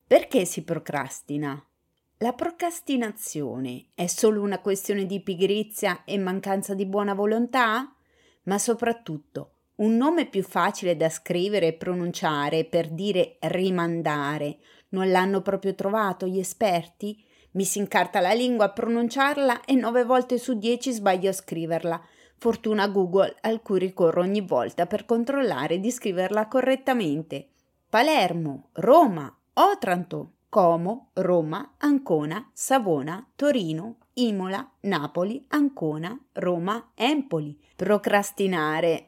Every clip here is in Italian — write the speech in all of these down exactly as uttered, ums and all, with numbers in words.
Perché si procrastina? La procrastinazione è solo una questione di pigrizia e mancanza di buona volontà? Ma soprattutto, un nome più facile da scrivere e pronunciare per dire rimandare, non l'hanno proprio trovato gli esperti? Mi si incarta la lingua a pronunciarla e nove volte su dieci sbaglio a scriverla. Fortuna Google, al cui ricorro ogni volta per controllare di scriverla correttamente. Palermo, Roma, Otranto, Como, Roma, Ancona, Savona, Torino, Imola, Napoli, Ancona, Roma, Empoli. Procrastinare.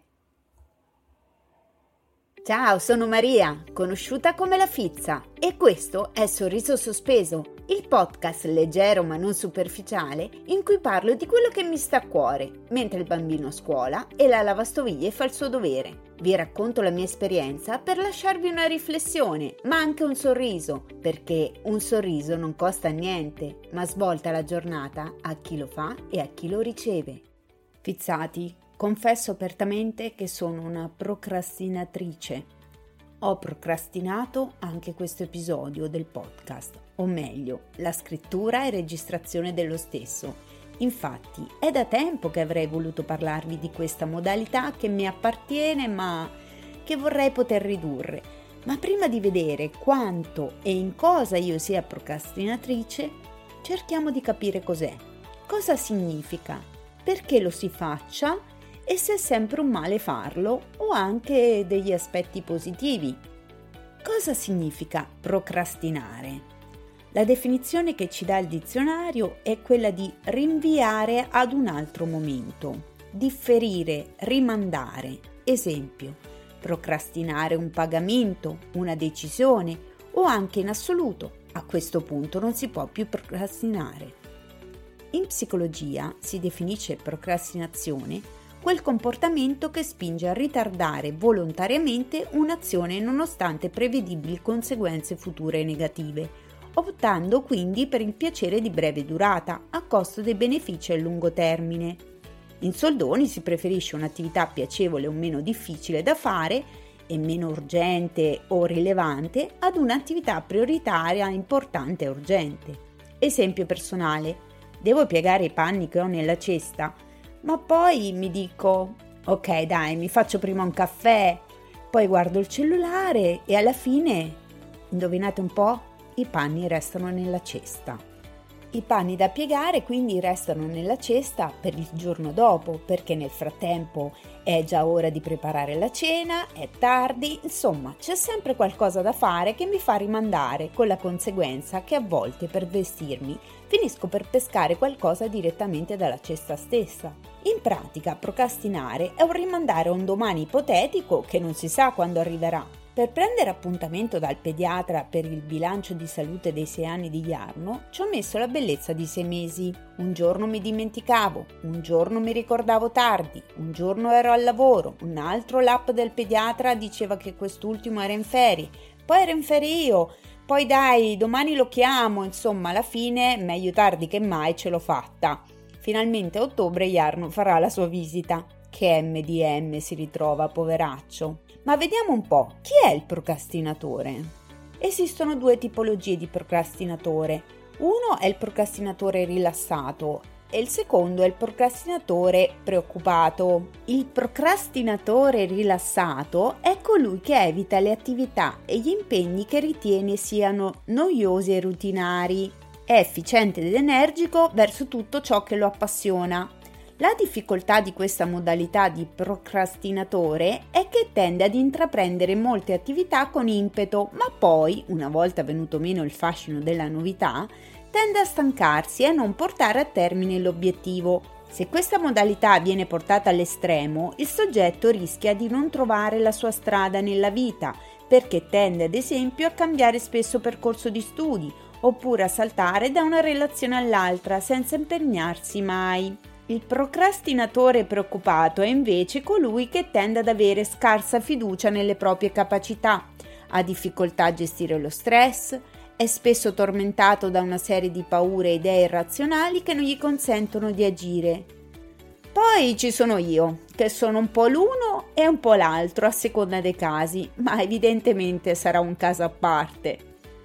Ciao, sono Maria, conosciuta come la Fizza, e questo è Sorriso Sospeso, il podcast leggero ma non superficiale in cui parlo di quello che mi sta a cuore, mentre il bambino a scuola e la lavastoviglie fa il suo dovere. Vi racconto la mia esperienza per lasciarvi una riflessione, ma anche un sorriso, perché un sorriso non costa niente, ma svolta la giornata a chi lo fa e a chi lo riceve. Fizzati, confesso apertamente che sono una procrastinatrice. Ho procrastinato anche questo episodio del podcast, o meglio, la scrittura e registrazione dello stesso. Infatti, è da tempo che avrei voluto parlarvi di questa modalità che mi appartiene ma che vorrei poter ridurre. Ma prima di vedere quanto e in cosa io sia procrastinatrice, cerchiamo di capire cos'è, cosa significa, perché lo si faccia e se è sempre un male farlo o anche degli aspetti positivi. Cosa significa procrastinare? La definizione che ci dà il dizionario è quella di rinviare ad un altro momento, differire, rimandare. Esempio, procrastinare un pagamento, una decisione o anche in assoluto. A questo punto non si può più procrastinare. In psicologia si definisce procrastinazione quel comportamento che spinge a ritardare volontariamente un'azione nonostante prevedibili conseguenze future negative, optando quindi per il piacere di breve durata a costo dei benefici a lungo termine. In soldoni si preferisce un'attività piacevole o meno difficile da fare e meno urgente o rilevante ad un'attività prioritaria, importante e urgente. Esempio personale: devo piegare i panni che ho nella cesta, ma poi mi dico ok dai, mi faccio prima un caffè, poi guardo il cellulare e alla fine, indovinate un po', i panni restano nella cesta. I panni da piegare quindi restano nella cesta per il giorno dopo, perché nel frattempo è già ora di preparare la cena, è tardi, insomma c'è sempre qualcosa da fare che mi fa rimandare, con la conseguenza che a volte per vestirmi finisco per pescare qualcosa direttamente dalla cesta stessa. In pratica procrastinare è un rimandare a un domani ipotetico che non si sa quando arriverà. Per prendere appuntamento dal pediatra per il bilancio di salute dei sei anni di Jarno ci ho messo la bellezza di sei mesi. Un giorno mi dimenticavo, un giorno mi ricordavo tardi, un giorno ero al lavoro, un altro l'app del pediatra diceva che quest'ultimo era in ferie, poi ero in ferie io, poi dai, domani lo chiamo, insomma alla fine meglio tardi che mai ce l'ho fatta. Finalmente a ottobre Jarno farà la sua visita. Che M D M si ritrova, poveraccio. Ma vediamo un po', chi è il procrastinatore? Esistono due tipologie di procrastinatore. Uno è il procrastinatore rilassato e il secondo è il procrastinatore preoccupato. Il procrastinatore rilassato è colui che evita le attività e gli impegni che ritiene siano noiosi e rutinari. È efficiente ed energico verso tutto ciò che lo appassiona. La difficoltà di questa modalità di procrastinatore è che tende ad intraprendere molte attività con impeto, ma poi, una volta venuto meno il fascino della novità, tende a stancarsi e a non portare a termine l'obiettivo. Se questa modalità viene portata all'estremo, il soggetto rischia di non trovare la sua strada nella vita, perché tende ad esempio a cambiare spesso percorso di studi, oppure a saltare da una relazione all'altra senza impegnarsi mai. Il procrastinatore preoccupato è invece colui che tende ad avere scarsa fiducia nelle proprie capacità, ha difficoltà a gestire lo stress, è spesso tormentato da una serie di paure e idee irrazionali che non gli consentono di agire. Poi ci sono io, che sono un po' l'uno e un po' l'altro a seconda dei casi, ma evidentemente sarà un caso a parte.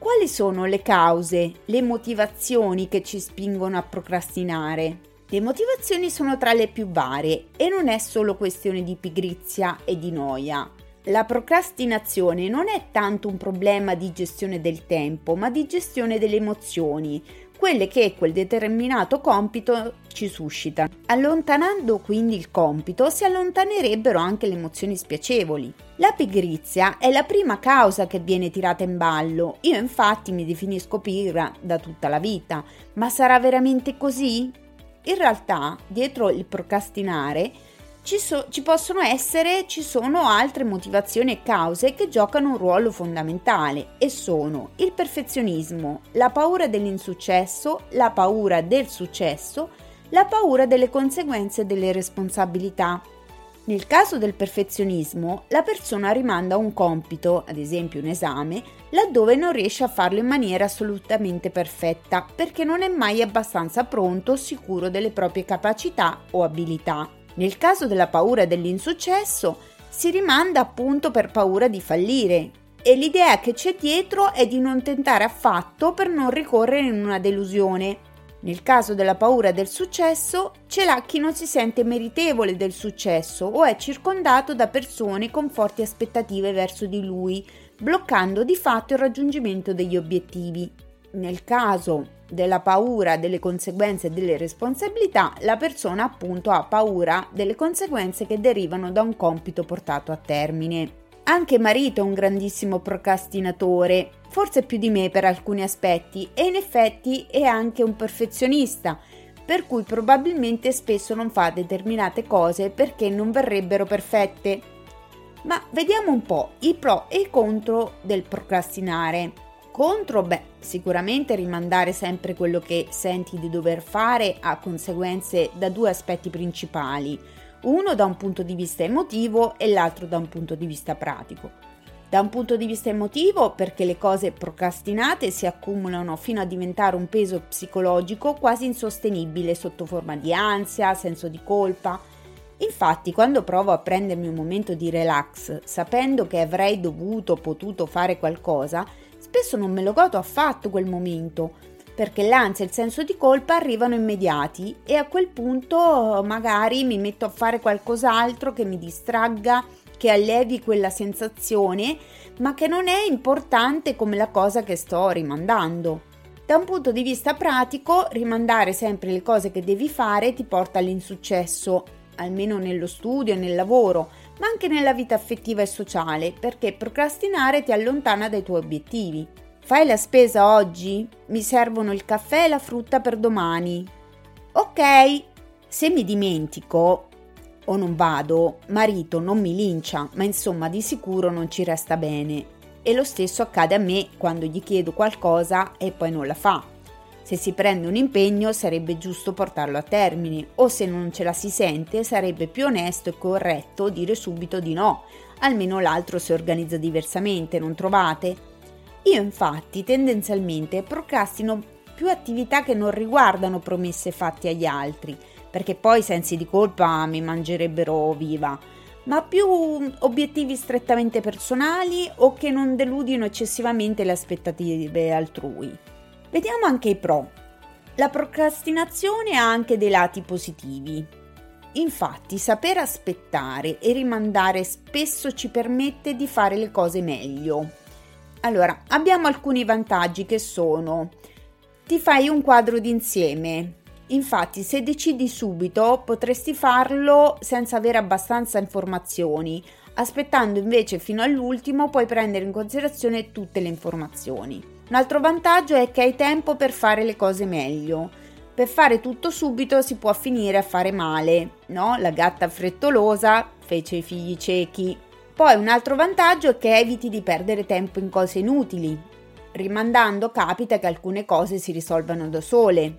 quali sono le cause, le motivazioni che ci spingono a procrastinare? Le motivazioni sono tra le più varie e non è solo questione di pigrizia e di noia. La procrastinazione non è tanto un problema di gestione del tempo, ma di gestione delle emozioni, quelle che quel determinato compito ci suscita. Allontanando quindi il compito si allontanerebbero anche le emozioni spiacevoli. La pigrizia è la prima causa che viene tirata in ballo. Io infatti mi definisco pigra da tutta la vita, ma sarà veramente così? In realtà, dietro il procrastinare Ci, so, ci possono essere, ci sono altre motivazioni e cause che giocano un ruolo fondamentale e sono il perfezionismo, la paura dell'insuccesso, la paura del successo, la paura delle conseguenze e delle responsabilità. Nel caso del perfezionismo, la persona rimanda un compito, ad esempio un esame, laddove non riesce a farlo in maniera assolutamente perfetta perché non è mai abbastanza pronto o sicuro delle proprie capacità o abilità. Nel caso della paura dell'insuccesso si rimanda appunto per paura di fallire e l'idea che c'è dietro è di non tentare affatto per non ricorrere in una delusione. Nel caso della paura del successo ce l'ha chi non si sente meritevole del successo o è circondato da persone con forti aspettative verso di lui, bloccando di fatto il raggiungimento degli obiettivi. Nel caso della paura delle conseguenze e delle responsabilità, la persona appunto ha paura delle conseguenze che derivano da un compito portato a termine. Anche marito è un grandissimo procrastinatore, forse più di me per alcuni aspetti, e in effetti è anche un perfezionista, per cui probabilmente spesso non fa determinate cose perché non verrebbero perfette. Ma vediamo un po' i pro e i contro del procrastinare. Contro, beh, sicuramente rimandare sempre quello che senti di dover fare ha conseguenze da due aspetti principali, uno da un punto di vista emotivo e l'altro da un punto di vista pratico. Da un punto di vista emotivo perché le cose procrastinate si accumulano fino a diventare un peso psicologico quasi insostenibile sotto forma di ansia, senso di colpa. Infatti, quando provo a prendermi un momento di relax, sapendo che avrei dovuto o potuto fare qualcosa, spesso non me lo godo affatto quel momento, perché l'ansia e il senso di colpa arrivano immediati e a quel punto magari mi metto a fare qualcos'altro che mi distragga, che allevi quella sensazione, ma che non è importante come la cosa che sto rimandando. Da un punto di vista pratico, rimandare sempre le cose che devi fare ti porta all'insuccesso, almeno nello studio e nel lavoro, ma anche nella vita affettiva e sociale, perché procrastinare ti allontana dai tuoi obiettivi. Fai la spesa oggi? Mi servono il caffè e la frutta per domani. Ok, se mi dimentico o non vado, marito non mi lincia, ma insomma di sicuro non ci resta bene. E lo stesso accade a me quando gli chiedo qualcosa e poi non la fa. Se si prende un impegno sarebbe giusto portarlo a termine, o se non ce la si sente sarebbe più onesto e corretto dire subito di no, almeno l'altro si organizza diversamente, non trovate? Io infatti tendenzialmente procrastino più attività che non riguardano promesse fatte agli altri, perché poi i sensi di colpa mi mangerebbero viva, ma più obiettivi strettamente personali o che non deludino eccessivamente le aspettative altrui. Vediamo anche i pro. La procrastinazione ha anche dei lati positivi. Infatti, saper aspettare e rimandare spesso ci permette di fare le cose meglio. Allora, abbiamo alcuni vantaggi che sono: ti fai un quadro d'insieme. Infatti, se decidi subito, potresti farlo senza avere abbastanza informazioni. Aspettando invece fino all'ultimo, puoi prendere in considerazione tutte le informazioni. Un altro vantaggio è che hai tempo per fare le cose meglio. Per fare tutto subito si può finire a fare male, no? La gatta frettolosa fece i figli ciechi. Poi un altro vantaggio è che eviti di perdere tempo in cose inutili. Rimandando capita che alcune cose si risolvano da sole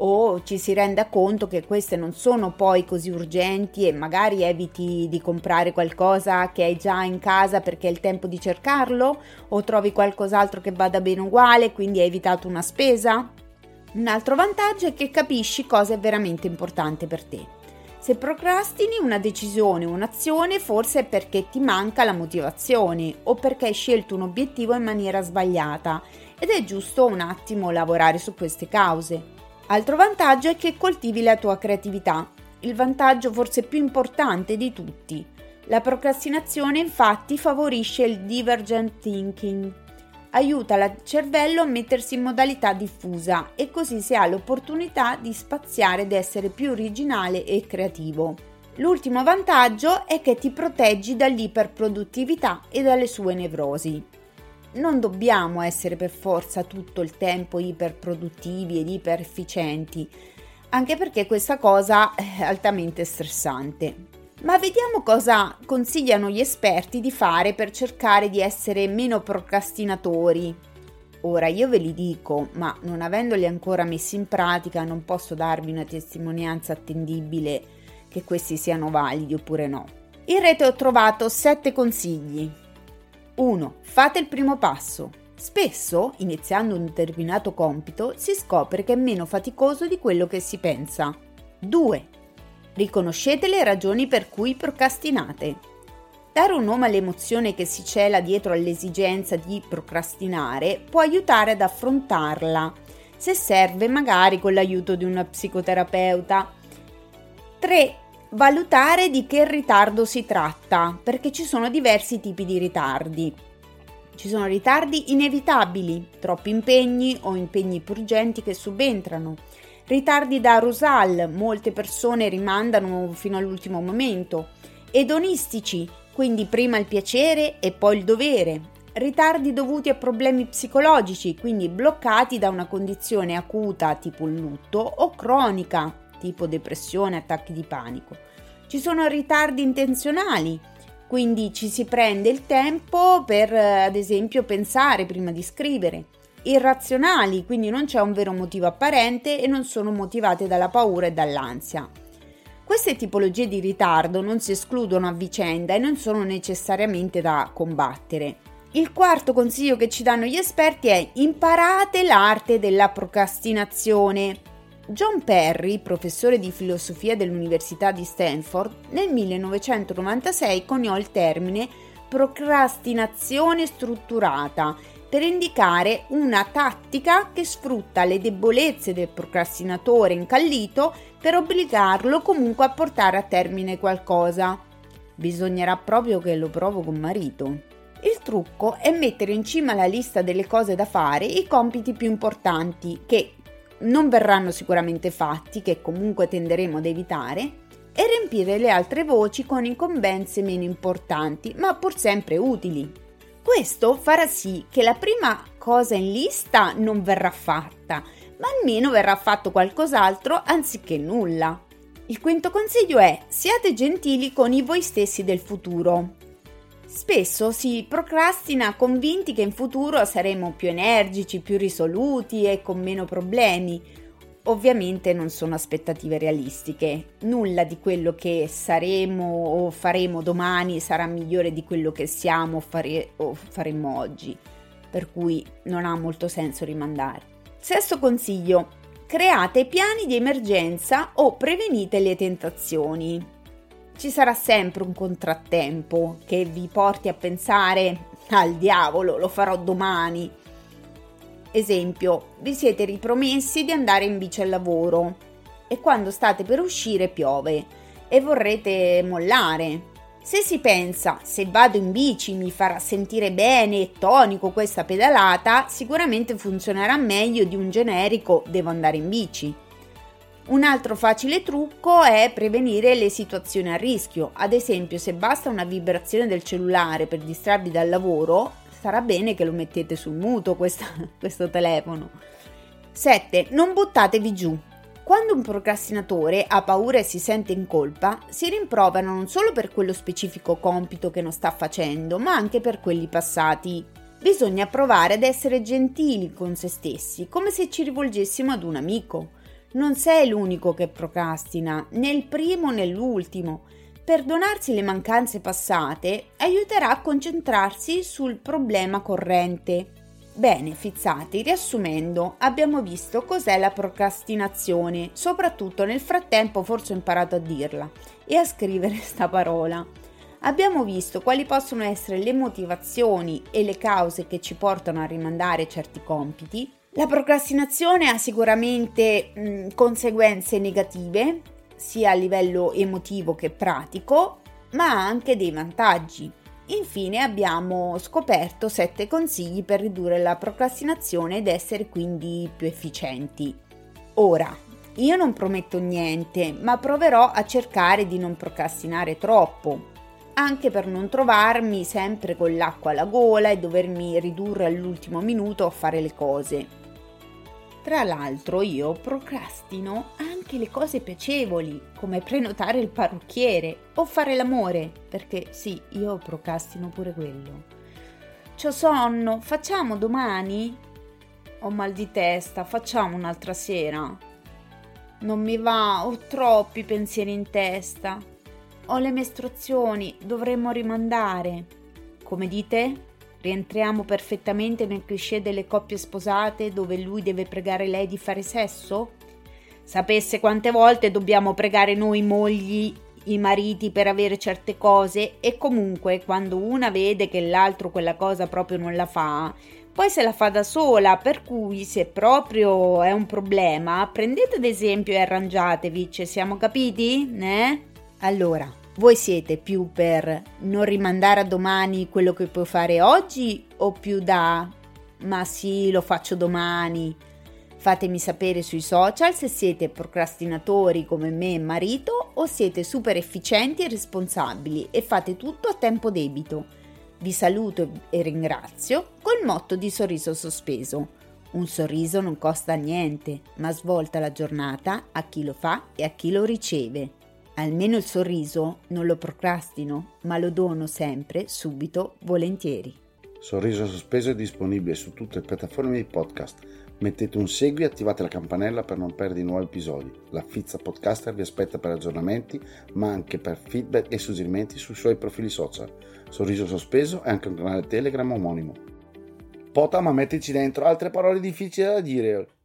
o ci si renda conto che queste non sono poi così urgenti e magari eviti di comprare qualcosa che hai già in casa perché è il tempo di cercarlo, o trovi qualcos'altro che vada bene uguale, quindi hai evitato una spesa. Un altro vantaggio è che capisci cosa è veramente importante per te. Se procrastini una decisione o un'azione, forse è perché ti manca la motivazione o perché hai scelto un obiettivo in maniera sbagliata ed è giusto un attimo lavorare su queste cause. Altro vantaggio è che coltivi la tua creatività, il vantaggio forse più importante di tutti. La procrastinazione infatti favorisce il divergent thinking, aiuta il cervello a mettersi in modalità diffusa e così si ha l'opportunità di spaziare ed essere più originale e creativo. L'ultimo vantaggio è che ti proteggi dall'iperproduttività e dalle sue nevrosi. Non dobbiamo essere per forza tutto il tempo iperproduttivi ed iperefficienti, anche perché questa cosa è altamente stressante. Ma vediamo cosa consigliano gli esperti di fare per cercare di essere meno procrastinatori. Ora io ve li dico, ma non avendoli ancora messi in pratica non posso darvi una testimonianza attendibile che questi siano validi oppure no. In rete ho trovato sette consigli. uno. Fate il primo passo. Spesso, iniziando un determinato compito, si scopre che è meno faticoso di quello che si pensa. due. Riconoscete le ragioni per cui procrastinate. Dare un nome all'emozione che si cela dietro all'esigenza di procrastinare può aiutare ad affrontarla, se serve magari con l'aiuto di una psicoterapeuta. tre. Valutare di che ritardo si tratta, perché ci sono diversi tipi di ritardi. Ci sono ritardi inevitabili, troppi impegni o impegni più urgenti che subentrano. Ritardi da Rosal, molte persone rimandano fino all'ultimo momento. Edonistici, quindi prima il piacere e poi il dovere. Ritardi dovuti a problemi psicologici, quindi bloccati da una condizione acuta tipo il lutto o cronica, tipo depressione, attacchi di panico. Ci sono ritardi intenzionali, quindi ci si prende il tempo per, ad esempio, pensare prima di scrivere. Irrazionali, quindi non c'è un vero motivo apparente e non sono motivate dalla paura e dall'ansia. Queste tipologie di ritardo non si escludono a vicenda e non sono necessariamente da combattere. Il quarto consiglio che ci danno gli esperti è: imparate l'arte della procrastinazione. John Perry, professore di filosofia dell'Università di Stanford, nel millenovecentonovantasei coniò il termine procrastinazione strutturata per indicare una tattica che sfrutta le debolezze del procrastinatore incallito per obbligarlo comunque a portare a termine qualcosa. Bisognerà proprio che lo provo con marito. Il trucco è mettere in cima alla lista delle cose da fare i compiti più importanti che non verranno sicuramente fatti, che comunque tenderemo ad evitare, e riempire le altre voci con incombenze meno importanti, ma pur sempre utili. Questo farà sì che la prima cosa in lista non verrà fatta, ma almeno verrà fatto qualcos'altro anziché nulla. Il quinto consiglio è: siate gentili con i voi stessi del futuro. Spesso si procrastina convinti che in futuro saremo più energici, più risoluti e con meno problemi. Ovviamente non sono aspettative realistiche. Nulla di quello che saremo o faremo domani sarà migliore di quello che siamo fare- o faremo oggi, per cui non ha molto senso rimandare. Sesto consiglio: create piani di emergenza o prevenite le tentazioni. Ci sarà sempre un contrattempo che vi porti a pensare: al diavolo, lo farò domani. Esempio, vi siete ripromessi di andare in bici al lavoro e quando state per uscire piove e vorrete mollare. Se si pensa: se vado in bici mi farà sentire bene e tonico questa pedalata, sicuramente funzionerà meglio di un generico devo andare in bici. Un altro facile trucco è prevenire le situazioni a rischio. Ad esempio, se basta una vibrazione del cellulare per distrarvi dal lavoro, sarà bene che lo mettete sul muto questa, questo telefono. sette. Non buttatevi giù. Quando un procrastinatore ha paura e si sente in colpa, si rimprovera non solo per quello specifico compito che non sta facendo, ma anche per quelli passati. Bisogna provare ad essere gentili con se stessi, come se ci rivolgessimo ad un amico. Non sei l'unico che procrastina, né il primo né l'ultimo. Perdonarsi le mancanze passate aiuterà a concentrarsi sul problema corrente. Bene, fizzati, riassumendo, abbiamo visto cos'è la procrastinazione, soprattutto nel frattempo forse ho imparato a dirla e a scrivere sta parola. Abbiamo visto quali possono essere le motivazioni e le cause che ci portano a rimandare certi compiti. La procrastinazione ha sicuramente mh, conseguenze negative, sia a livello emotivo che pratico, ma ha anche dei vantaggi. Infine abbiamo scoperto sette consigli per ridurre la procrastinazione ed essere quindi più efficienti. Ora, io non prometto niente, ma proverò a cercare di non procrastinare troppo, anche per non trovarmi sempre con l'acqua alla gola e dovermi ridurre all'ultimo minuto a fare le cose. Tra l'altro io procrastino anche le cose piacevoli, come prenotare il parrucchiere o fare l'amore, perché sì, io procrastino pure quello. C'ho sonno, facciamo domani? Ho mal di testa, facciamo un'altra sera. Non mi va, ho troppi pensieri in testa. Ho le mestruazioni, dovremmo rimandare. Come dite? Rientriamo perfettamente nel cliché delle coppie sposate dove lui deve pregare lei di fare sesso? Sapesse quante volte dobbiamo pregare noi mogli, i mariti, per avere certe cose, e comunque quando una vede che l'altro quella cosa proprio non la fa, poi se la fa da sola, per cui se proprio è un problema, prendete ad esempio e arrangiatevi, ci siamo capiti? Eh? Allora, voi siete più per non rimandare a domani quello che puoi fare oggi o più da ma sì, lo faccio domani? Fatemi sapere sui social se siete procrastinatori come me e marito o siete super efficienti e responsabili e fate tutto a tempo debito. Vi saluto e ringrazio col motto di Sorriso Sospeso. Un sorriso non costa niente, ma svolta la giornata a chi lo fa e a chi lo riceve. Almeno il sorriso non lo procrastino, ma lo dono sempre, subito, volentieri. Sorriso Sospeso è disponibile su tutte le piattaforme di podcast. Mettete un segui e attivate la campanella per non perdere nuovi episodi. La Fizza Podcaster vi aspetta per aggiornamenti, ma anche per feedback e suggerimenti sui suoi profili social. Sorriso Sospeso è anche un canale Telegram omonimo. Pota, ma mettici dentro altre parole difficili da dire.